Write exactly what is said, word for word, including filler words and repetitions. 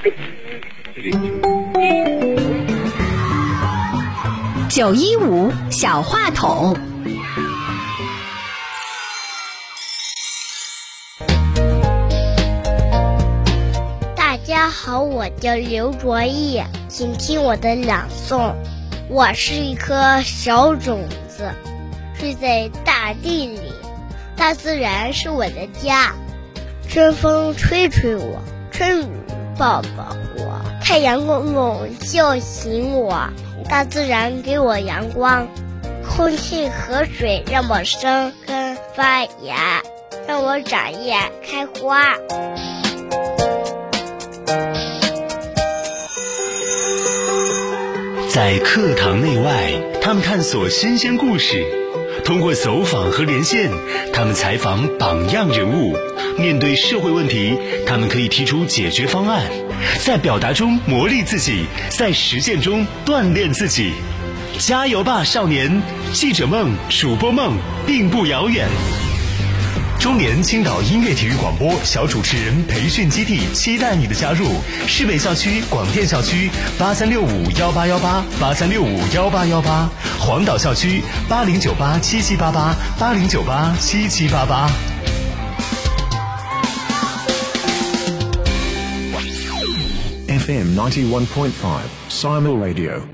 九一五小话筒。 大家好，我叫刘卓毅，请听我的朗诵。我是一颗小种子，睡在大地里，大自然是我的家。春风吹吹我，春雨抱抱我，太阳公公叫醒我。大自然给我阳光，空气和水让我生根发芽，让我长叶开花。 在课堂内外，他们探索新鲜故事；通过走访和连线，他们采访榜样人物。面对社会问题，他们可以提出解决方案。在表达中磨砺自己，在实践中锻炼自己。加油吧，少年！记者梦、主播梦并不遥远。中年青岛音乐体育广播小主持人培训基地期待你的加入。市北校区广电校区八三六五幺八幺八八三六五幺八幺八，黄岛校区八零九八七七八八八零九八七七八八。 F M ninety one point five Simul Radio.